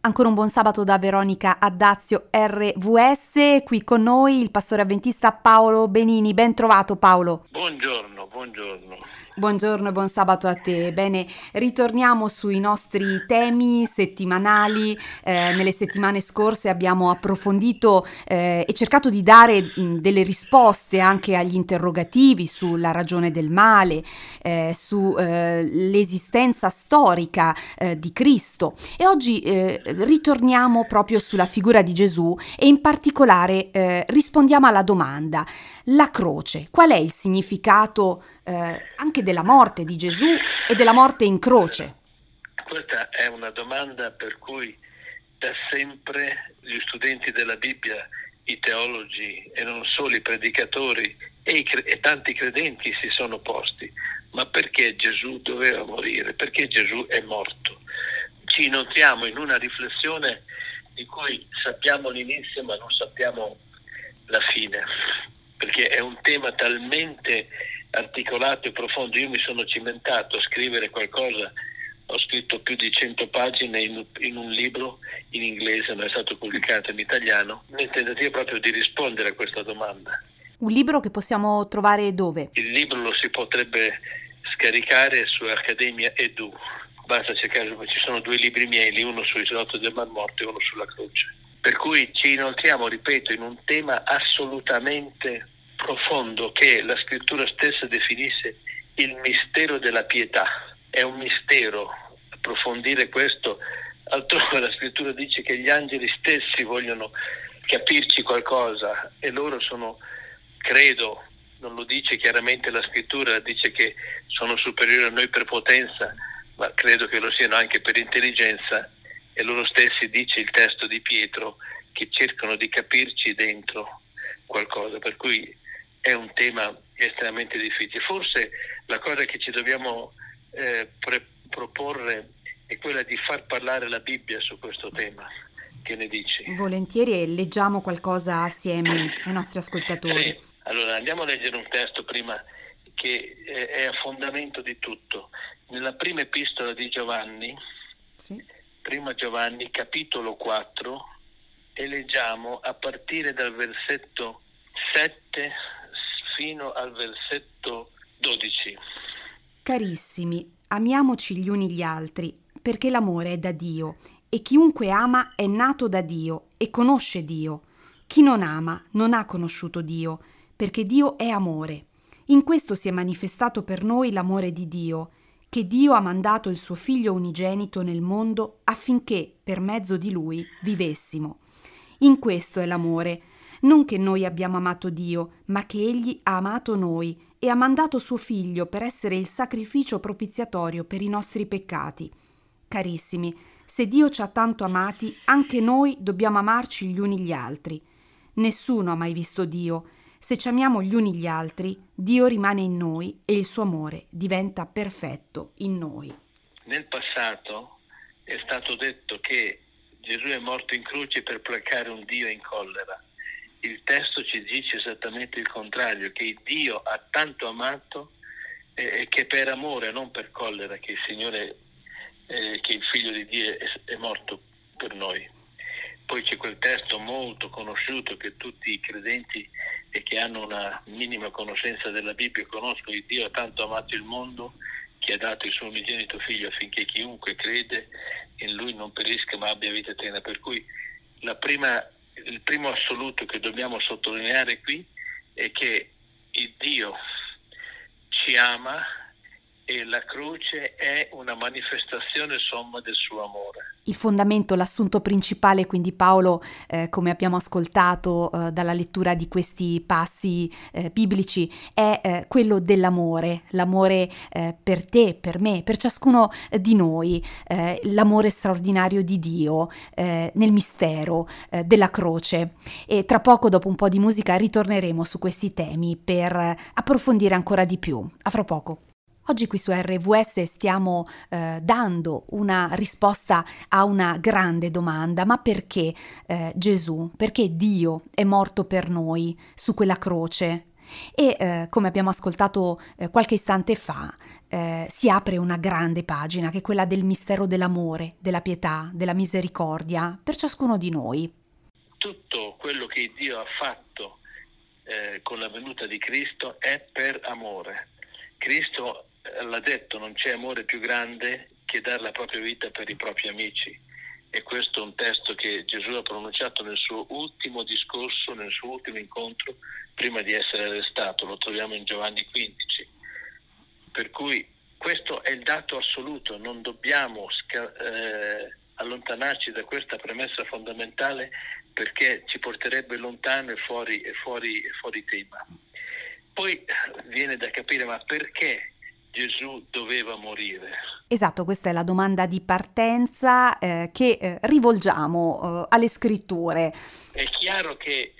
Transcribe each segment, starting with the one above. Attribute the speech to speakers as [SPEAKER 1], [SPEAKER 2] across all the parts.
[SPEAKER 1] Ancora un buon sabato da Veronica Addazio RVS, qui con noi il pastore avventista Paolo Benini. Ben trovato Paolo.
[SPEAKER 2] Buongiorno.
[SPEAKER 1] Buongiorno e buon sabato a te. Bene, ritorniamo sui nostri temi settimanali. Nelle settimane scorse abbiamo approfondito e cercato di dare delle risposte anche agli interrogativi sulla ragione del male, su l'esistenza storica di Cristo. E oggi ritorniamo proprio sulla figura di Gesù e in particolare rispondiamo alla domanda: la croce, qual è il significato anche della morte di Gesù e della morte in croce?
[SPEAKER 2] Questa è una domanda per cui da sempre gli studenti della Bibbia, i teologi e non solo i predicatori e tanti credenti si sono posti. Ma perché Gesù doveva morire? Perché Gesù è morto? Ci inoltriamo in una riflessione di cui sappiamo l'inizio ma non sappiamo la fine, perché è un tema talmente articolato e profondo. Io mi sono cimentato a scrivere qualcosa, ho scritto più di 100 pagine in un libro in inglese, ma è stato pubblicato in italiano, nel tentativo proprio di rispondere a questa domanda.
[SPEAKER 1] Un libro che possiamo trovare dove?
[SPEAKER 2] Il libro lo si potrebbe scaricare su Accademia Edu, basta cercare, ci sono 2 libri miei, uno sul isolotto del Mar Morto e uno sulla croce. Per cui ci inoltriamo, ripeto, in un tema assolutamente profondo che la scrittura stessa definisce il mistero della pietà. È un mistero approfondire questo. Altrove la scrittura dice che gli angeli stessi vogliono capirci qualcosa e loro sono, credo, non lo dice chiaramente la scrittura, dice che sono superiori a noi per potenza, ma credo che lo siano anche per intelligenza, e loro stessi, dice il testo di Pietro, che cercano di capirci dentro qualcosa, per cui è un tema estremamente difficile. Forse la cosa che ci dobbiamo proporre è quella di far parlare la Bibbia su questo tema. Che ne dici?
[SPEAKER 1] Volentieri, e leggiamo qualcosa assieme ai nostri ascoltatori.
[SPEAKER 2] Sì. Allora andiamo a leggere un testo prima che è a fondamento di tutto. Nella prima epistola di Giovanni,
[SPEAKER 1] Sì.
[SPEAKER 2] Prima Giovanni, capitolo 4, e leggiamo a partire dal versetto 7 fino al versetto 12.
[SPEAKER 1] Carissimi, amiamoci gli uni gli altri, perché l'amore è da Dio, e chiunque ama è nato da Dio e conosce Dio. Chi non ama non ha conosciuto Dio, perché Dio è amore. In questo si è manifestato per noi l'amore di Dio, che Dio ha mandato il suo Figlio unigenito nel mondo affinché per mezzo di Lui vivessimo. In questo è l'amore, non che noi abbiamo amato Dio, ma che Egli ha amato noi e ha mandato suo Figlio per essere il sacrificio propiziatorio per i nostri peccati. Carissimi, se Dio ci ha tanto amati, anche noi dobbiamo amarci gli uni gli altri. Nessuno ha mai visto Dio. Se ci amiamo gli uni gli altri, Dio rimane in noi e il suo amore diventa perfetto in noi.
[SPEAKER 2] Nel passato è stato detto che Gesù è morto in croce per placare un Dio in collera. Il testo ci dice esattamente il contrario, che Dio ha tanto amato che per amore, non per collera, che il Signore, che il Figlio di Dio è morto per noi. Poi c'è quel testo molto conosciuto che tutti i credenti e che hanno una minima conoscenza della Bibbia conoscono: il Dio ha tanto amato il mondo che ha dato il suo unigenito Figlio affinché chiunque crede in Lui non perisca ma abbia vita eterna. Per cui il primo assoluto che dobbiamo sottolineare qui è che il Dio ci ama e la croce è una manifestazione somma del suo amore.
[SPEAKER 1] Il fondamento, l'assunto principale, quindi Paolo, come abbiamo ascoltato dalla lettura di questi passi biblici, è quello dell'amore, l'amore per te, per me, per ciascuno di noi, l'amore straordinario di Dio nel mistero della croce. E tra poco, dopo un po' di musica, ritorneremo su questi temi per approfondire ancora di più. A fra poco. Oggi qui su RVS stiamo dando una risposta a una grande domanda: ma perché Gesù, perché Dio è morto per noi su quella croce? E come abbiamo ascoltato qualche istante fa, si apre una grande pagina, che è quella del mistero dell'amore, della pietà, della misericordia per ciascuno di noi.
[SPEAKER 2] Tutto quello che Dio ha fatto con la venuta di Cristo è per amore. Cristo l'ha detto, non c'è amore più grande che dare la propria vita per i propri amici. E questo è un testo che Gesù ha pronunciato nel suo ultimo discorso, nel suo ultimo incontro, prima di essere arrestato. Lo troviamo in Giovanni 15. Per cui questo è il dato assoluto, non dobbiamo allontanarci da questa premessa fondamentale, perché ci porterebbe lontano e fuori tema. Poi viene da capire, ma perché Gesù doveva morire?
[SPEAKER 1] Esatto, questa è la domanda di partenza che rivolgiamo alle scritture.
[SPEAKER 2] È chiaro che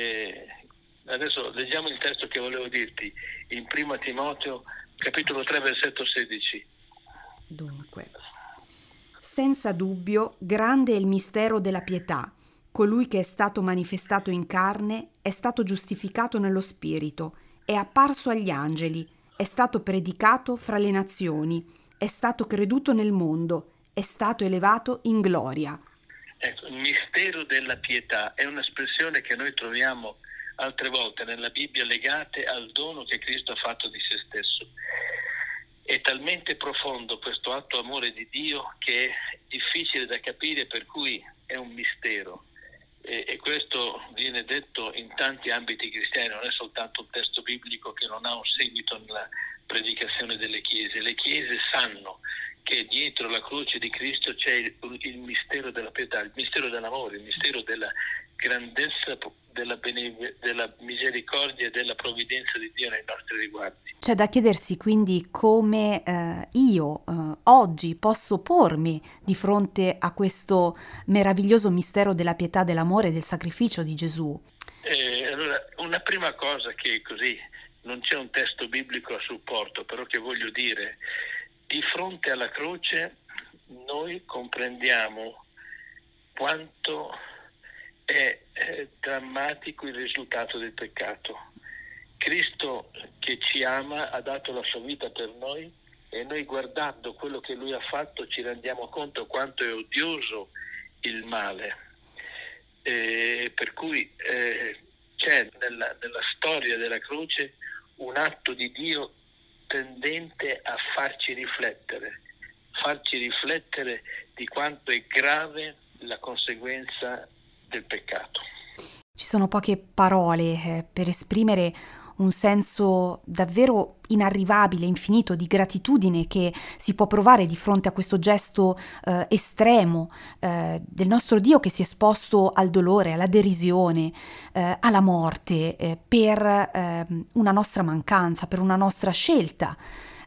[SPEAKER 2] adesso leggiamo il testo che volevo dirti in Prima Timoteo capitolo 3 versetto 16.
[SPEAKER 1] Dunque, senza dubbio grande è il mistero della pietà. Colui che è stato manifestato in carne è stato giustificato nello spirito, è apparso agli angeli, è stato predicato fra le nazioni, è stato creduto nel mondo, è stato elevato in gloria.
[SPEAKER 2] Ecco, il mistero della pietà è un'espressione che noi troviamo altre volte nella Bibbia legate al dono che Cristo ha fatto di se stesso. È talmente profondo questo atto amore di Dio che è difficile da capire, per cui è un mistero. E questo viene detto in tanti ambiti cristiani, non è soltanto un testo biblico che non ha un seguito nella predicazione delle chiese. Le chiese sanno che dietro la croce di Cristo c'è il mistero della pietà, il mistero dell'amore, il mistero della grandezza, della misericordia e della provvidenza di Dio nei nostri riguardi.
[SPEAKER 1] C'è da chiedersi quindi come io oggi posso pormi di fronte a questo meraviglioso mistero della pietà, dell'amore e del sacrificio di Gesù.
[SPEAKER 2] Allora, una prima cosa che così non c'è un testo biblico a supporto, però che voglio dire, di fronte alla croce noi comprendiamo quanto è drammatico il risultato del peccato. Cristo che ci ama ha dato la sua vita per noi, e noi, guardando quello che lui ha fatto, ci rendiamo conto quanto è odioso il male. Per cui c'è nella storia della croce un atto di Dio tendente a farci riflettere di quanto è grave la conseguenza del peccato.
[SPEAKER 1] Ci sono poche parole per esprimere un senso davvero inarrivabile, infinito di gratitudine che si può provare di fronte a questo gesto estremo del nostro Dio, che si è esposto al dolore, alla derisione, alla morte per una nostra mancanza, per una nostra scelta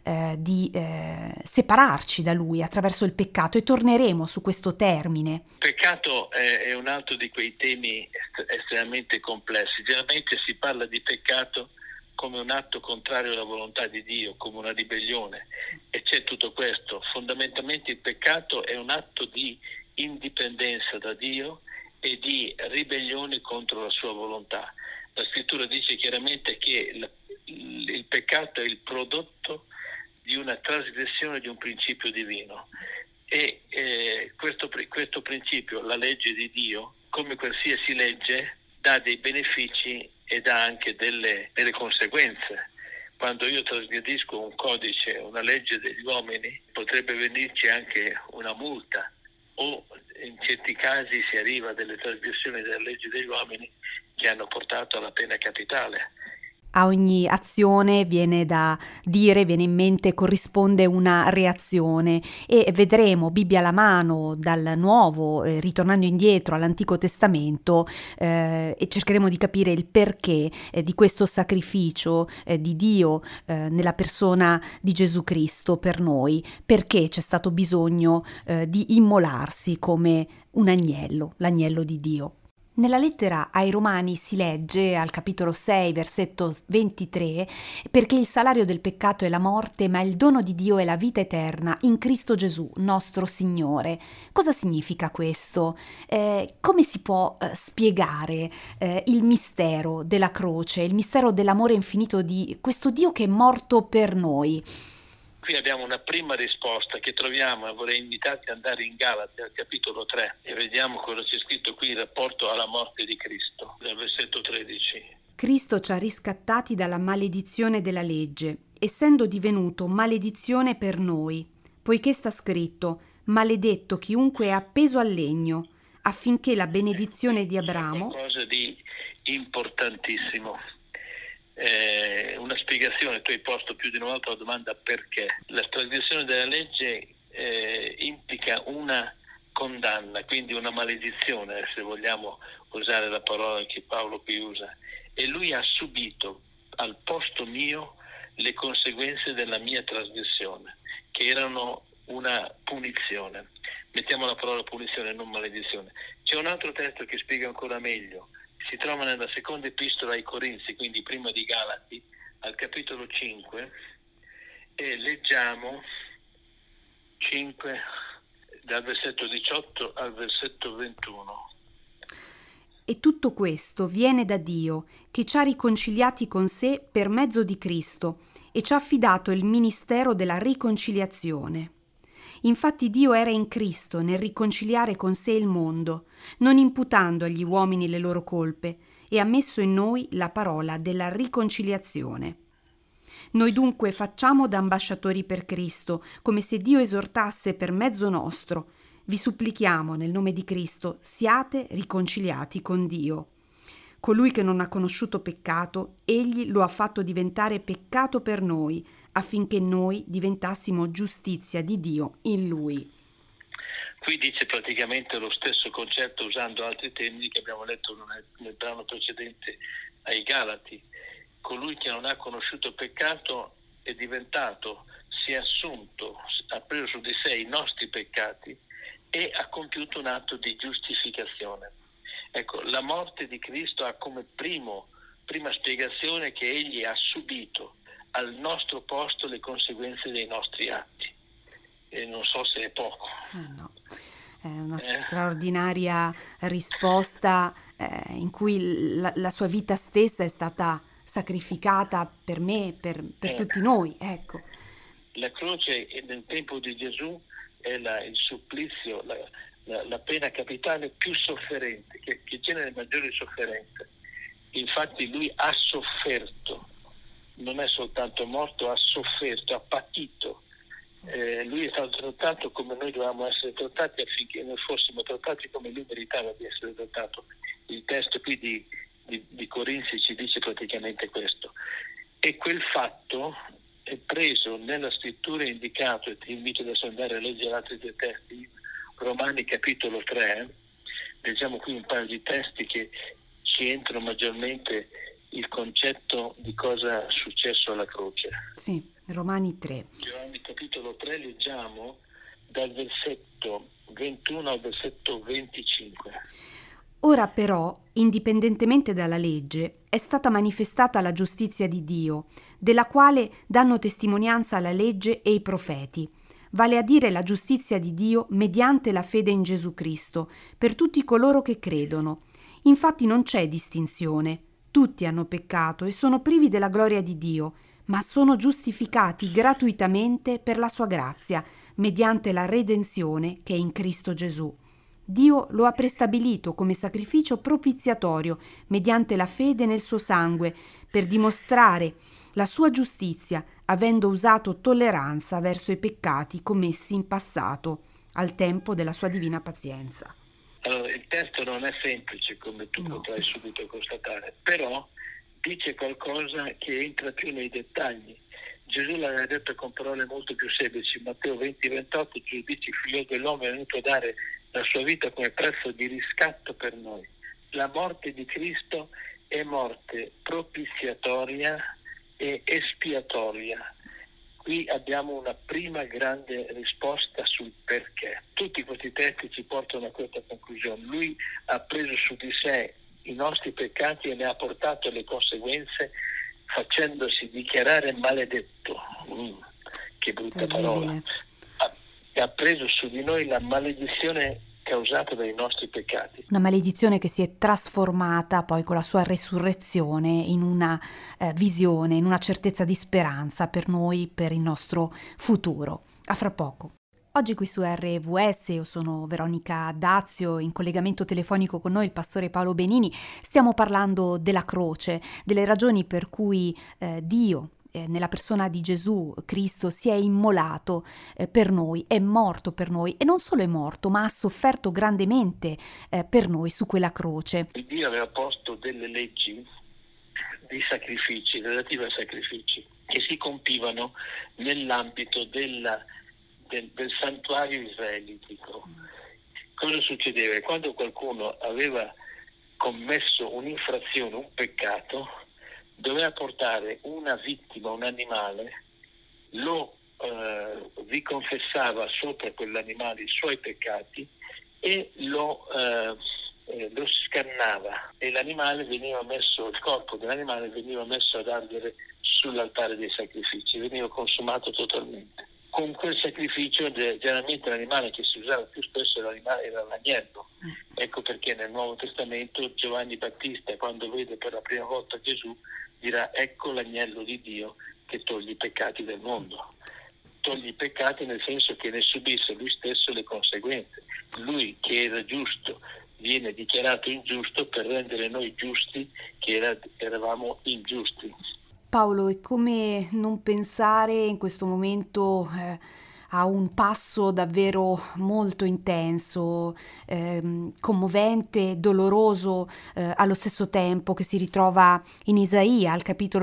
[SPEAKER 1] di separarci da Lui attraverso il peccato, e torneremo su questo termine.
[SPEAKER 2] Il peccato è un altro di quei temi estremamente complessi. Generalmente si parla di peccato come un atto contrario alla volontà di Dio, come una ribellione, e c'è tutto questo. Fondamentalmente il peccato è un atto di indipendenza da Dio e di ribellione contro la sua volontà. La scrittura dice chiaramente che il peccato è il prodotto di una trasgressione di un principio divino, e questo principio, la legge di Dio, come qualsiasi legge, dà dei benefici e dà anche delle conseguenze. Quando io trasgredisco un codice, una legge degli uomini, potrebbe venirci anche una multa, o in certi casi si arriva a delle trasgressioni delle leggi degli uomini che hanno portato alla pena capitale.
[SPEAKER 1] A ogni azione viene in mente, corrisponde una reazione, e vedremo, Bibbia alla mano, dal Nuovo, ritornando indietro all'Antico Testamento, e cercheremo di capire il perché di questo sacrificio di Dio nella persona di Gesù Cristo per noi, perché c'è stato bisogno di immolarsi come un agnello, l'agnello di Dio. Nella lettera ai Romani si legge, al capitolo 6, versetto 23, perché il salario del peccato è la morte, ma il dono di Dio è la vita eterna in Cristo Gesù, nostro Signore. Cosa significa questo? Come si può spiegare il mistero della croce, il mistero dell'amore infinito di questo Dio che è morto per noi?
[SPEAKER 2] qui abbiamo una prima risposta che troviamo, e vorrei invitarti ad andare in Galati al capitolo 3 e vediamo cosa c'è scritto qui in rapporto alla morte di Cristo, dal versetto 13.
[SPEAKER 1] Cristo ci ha riscattati dalla maledizione della legge, essendo divenuto maledizione per noi, poiché sta scritto: maledetto chiunque è appeso al legno, affinché la benedizione di Abramo...
[SPEAKER 2] Qualcosa di importantissimo. Una spiegazione, tu hai posto più di una volta la domanda perché. La trasgressione della legge implica una condanna, quindi una maledizione, se vogliamo usare la parola che Paolo qui usa, e lui ha subito al posto mio le conseguenze della mia trasgressione, che erano una punizione. Mettiamo la parola punizione, non maledizione. C'è un altro testo che spiega ancora meglio. Si trova nella seconda epistola ai Corinzi, quindi prima di Galati, al capitolo 5, e leggiamo 5 dal versetto 18 al versetto 21.
[SPEAKER 1] E tutto questo viene da Dio, che ci ha riconciliati con sé per mezzo di Cristo e ci ha affidato il ministero della riconciliazione. Infatti Dio era in Cristo nel riconciliare con sé il mondo, non imputando agli uomini le loro colpe, e ha messo in noi la parola della riconciliazione. Noi dunque facciamo da ambasciatori per Cristo, come se Dio esortasse per mezzo nostro: vi supplichiamo nel nome di Cristo, siate riconciliati con Dio. Colui che non ha conosciuto peccato, egli lo ha fatto diventare peccato per noi, affinché noi diventassimo giustizia di Dio in Lui.
[SPEAKER 2] Qui dice praticamente lo stesso concetto usando altri termini che abbiamo letto nel brano precedente ai Galati. Colui che non ha conosciuto peccato è diventato, si è assunto, ha preso su di sé i nostri peccati e ha compiuto un atto di giustificazione. Ecco, la morte di Cristo ha come prima spiegazione che egli ha subito al nostro posto le conseguenze dei nostri atti. E non so se è poco.
[SPEAKER 1] No. È una straordinaria risposta in cui la sua vita stessa è stata sacrificata per me, per tutti noi. Ecco.
[SPEAKER 2] La croce nel tempo di Gesù è il supplizio, la pena capitale più sofferente, che genera maggiori sofferenze. Infatti lui ha sofferto, non è soltanto morto, ha sofferto, ha patito. Lui è stato trattato come noi dovevamo essere trattati affinché noi fossimo trattati come lui meritava di essere trattato. Il testo qui di Corinzi ci dice praticamente questo. E quel fatto è preso nella scrittura indicato, e ti invito adesso ad andare a leggere altri due testi, Romani capitolo 3, leggiamo qui un paio di testi che ci entrano maggiormente il concetto di cosa è successo alla croce.
[SPEAKER 1] Sì, Romani 3.
[SPEAKER 2] Romani capitolo 3 leggiamo dal versetto 21 al versetto 25.
[SPEAKER 1] Ora però, indipendentemente dalla legge, è stata manifestata la giustizia di Dio, della quale danno testimonianza la legge e i profeti, vale a dire la giustizia di Dio mediante la fede in Gesù Cristo, per tutti coloro che credono. Infatti non c'è distinzione. Tutti hanno peccato e sono privi della gloria di Dio, ma sono giustificati gratuitamente per la sua grazia, mediante la redenzione che è in Cristo Gesù. Dio lo ha prestabilito come sacrificio propiziatorio, mediante la fede nel suo sangue, per dimostrare la sua giustizia, avendo usato tolleranza verso i peccati commessi in passato, al tempo della sua divina pazienza.
[SPEAKER 2] Allora, il testo non è semplice, come tu potrai subito constatare, però dice qualcosa che entra più nei dettagli. Gesù l'aveva detto con parole molto più semplici. Matteo 20-28, Gesù dice: il figlio dell'uomo è venuto a dare la sua vita come prezzo di riscatto per noi. La morte di Cristo è morte propiziatoria e espiatoria. Qui abbiamo una prima grande risposta sul perché. Tutti questi testi ci portano a questa conclusione. Lui ha preso su di sé i nostri peccati e ne ha portato le conseguenze, facendosi dichiarare maledetto. Che brutta parola. Ha preso su di noi la maledizione causata dai nostri peccati.
[SPEAKER 1] Una maledizione che si è trasformata poi con la sua resurrezione in una visione, in una certezza di speranza per noi, per il nostro futuro. A fra poco. Oggi qui su RVS, io sono Veronica Dazio, in collegamento telefonico con noi il pastore Paolo Benini, stiamo parlando della croce, delle ragioni per cui Dio, nella persona di Gesù Cristo, si è immolato per noi, è morto per noi, e non solo è morto, ma ha sofferto grandemente per noi su quella croce.
[SPEAKER 2] Dio aveva posto delle leggi di sacrifici, relative ai sacrifici, che si compivano nell'ambito del santuario israelitico. Cosa succedeva? Quando qualcuno aveva commesso un'infrazione, un peccato, doveva portare una vittima, un animale, lo riconfessava sopra quell'animale i suoi peccati e lo scannava, e l'animale veniva messo, il corpo dell'animale veniva messo ad ardere sull'altare dei sacrifici, veniva consumato totalmente. Con quel sacrificio generalmente l'animale che si usava più spesso era l'agnello. Ecco perché nel Nuovo Testamento Giovanni Battista, quando vede per la prima volta Gesù, dirà: ecco l'agnello di Dio che toglie i peccati del mondo. Toglie i peccati nel senso che ne subisse lui stesso le conseguenze. Lui che era giusto viene dichiarato ingiusto per rendere noi giusti che eravamo ingiusti.
[SPEAKER 1] Paolo, e come non pensare in questo momento a un passo davvero molto intenso, commovente, doloroso allo stesso tempo, che si ritrova in Isaia al capitolo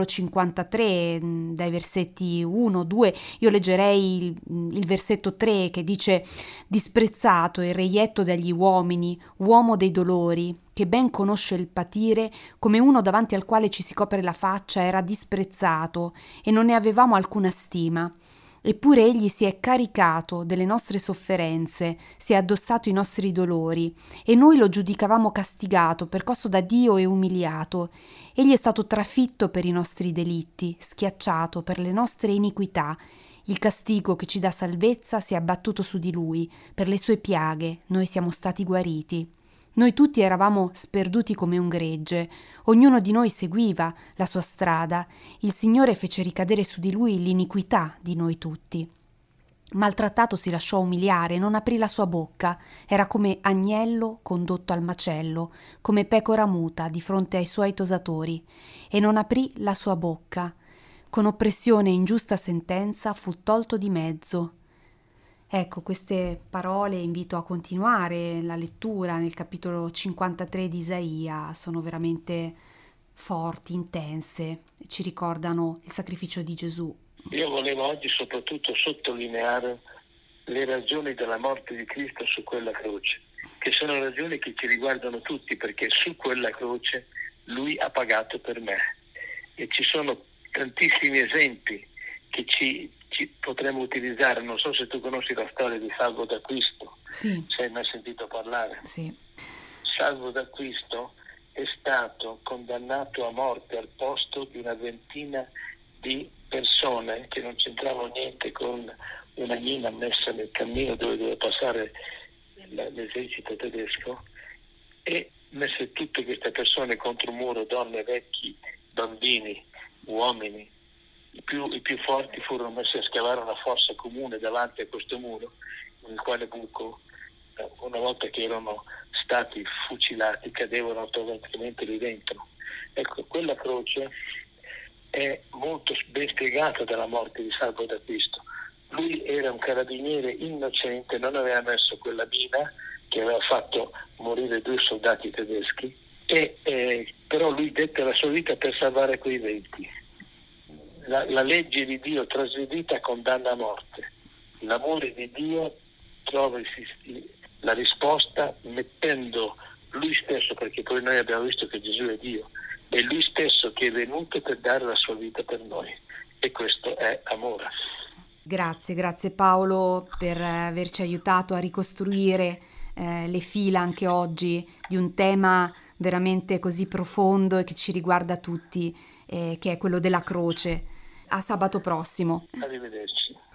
[SPEAKER 1] 53, dai versetti 1, 2. Io leggerei il versetto 3 che dice: disprezzato e reietto dagli uomini, uomo dei dolori, che ben conosce il patire, come uno davanti al quale ci si copre la faccia, era disprezzato e non ne avevamo alcuna stima. Eppure egli si è caricato delle nostre sofferenze, si è addossato i nostri dolori, e noi lo giudicavamo castigato, percosso da Dio e umiliato. Egli è stato trafitto per i nostri delitti, schiacciato per le nostre iniquità. Il castigo che ci dà salvezza si è abbattuto su di lui, per le sue piaghe noi siamo stati guariti. Noi tutti eravamo sperduti come un gregge, ognuno di noi seguiva la sua strada, il Signore fece ricadere su di lui l'iniquità di noi tutti. Maltrattato si lasciò umiliare, non aprì la sua bocca, era come agnello condotto al macello, come pecora muta di fronte ai suoi tosatori, e non aprì la sua bocca. Con oppressione e ingiusta sentenza fu tolto di mezzo. Ecco, queste parole, invito a continuare la lettura nel capitolo 53 di Isaia, sono veramente forti, intense, ci ricordano il sacrificio di Gesù.
[SPEAKER 2] Io volevo oggi soprattutto sottolineare le ragioni della morte di Cristo su quella croce, che sono ragioni che ci riguardano tutti, perché su quella croce Lui ha pagato per me. E ci sono tantissimi esempi che ci potremmo utilizzare. Non so se tu conosci la storia di Salvo d'Acquisto.
[SPEAKER 1] Sì.
[SPEAKER 2] Se hai mai sentito parlare.
[SPEAKER 1] Sì.
[SPEAKER 2] Salvo d'Acquisto è stato condannato a morte al posto di una ventina di persone che non c'entravano niente con una mina messa nel cammino dove doveva passare l'esercito tedesco, e messe tutte queste persone contro un muro, donne, vecchi, bambini, uomini. I più forti furono messi a scavare una fossa comune davanti a questo muro, nel quale buco, una volta che erano stati fucilati, cadevano automaticamente lì dentro. Ecco, quella croce è molto ben spiegata dalla morte di Salvo d'Acquisto. Lui era un carabiniere innocente, non aveva messo quella mina che aveva fatto morire 2 soldati tedeschi, però lui dette la sua vita per salvare quei 20. La legge di Dio trasgredita condanna a morte. L'amore di Dio trova la risposta mettendo lui stesso, perché poi noi abbiamo visto che Gesù è Dio, è lui stesso che è venuto per dare la sua vita per noi, e questo è amore.
[SPEAKER 1] Grazie Paolo per averci aiutato a ricostruire le fila anche oggi di un tema veramente così profondo e che ci riguarda tutti, che è quello della croce. A sabato prossimo.
[SPEAKER 2] Arrivederci.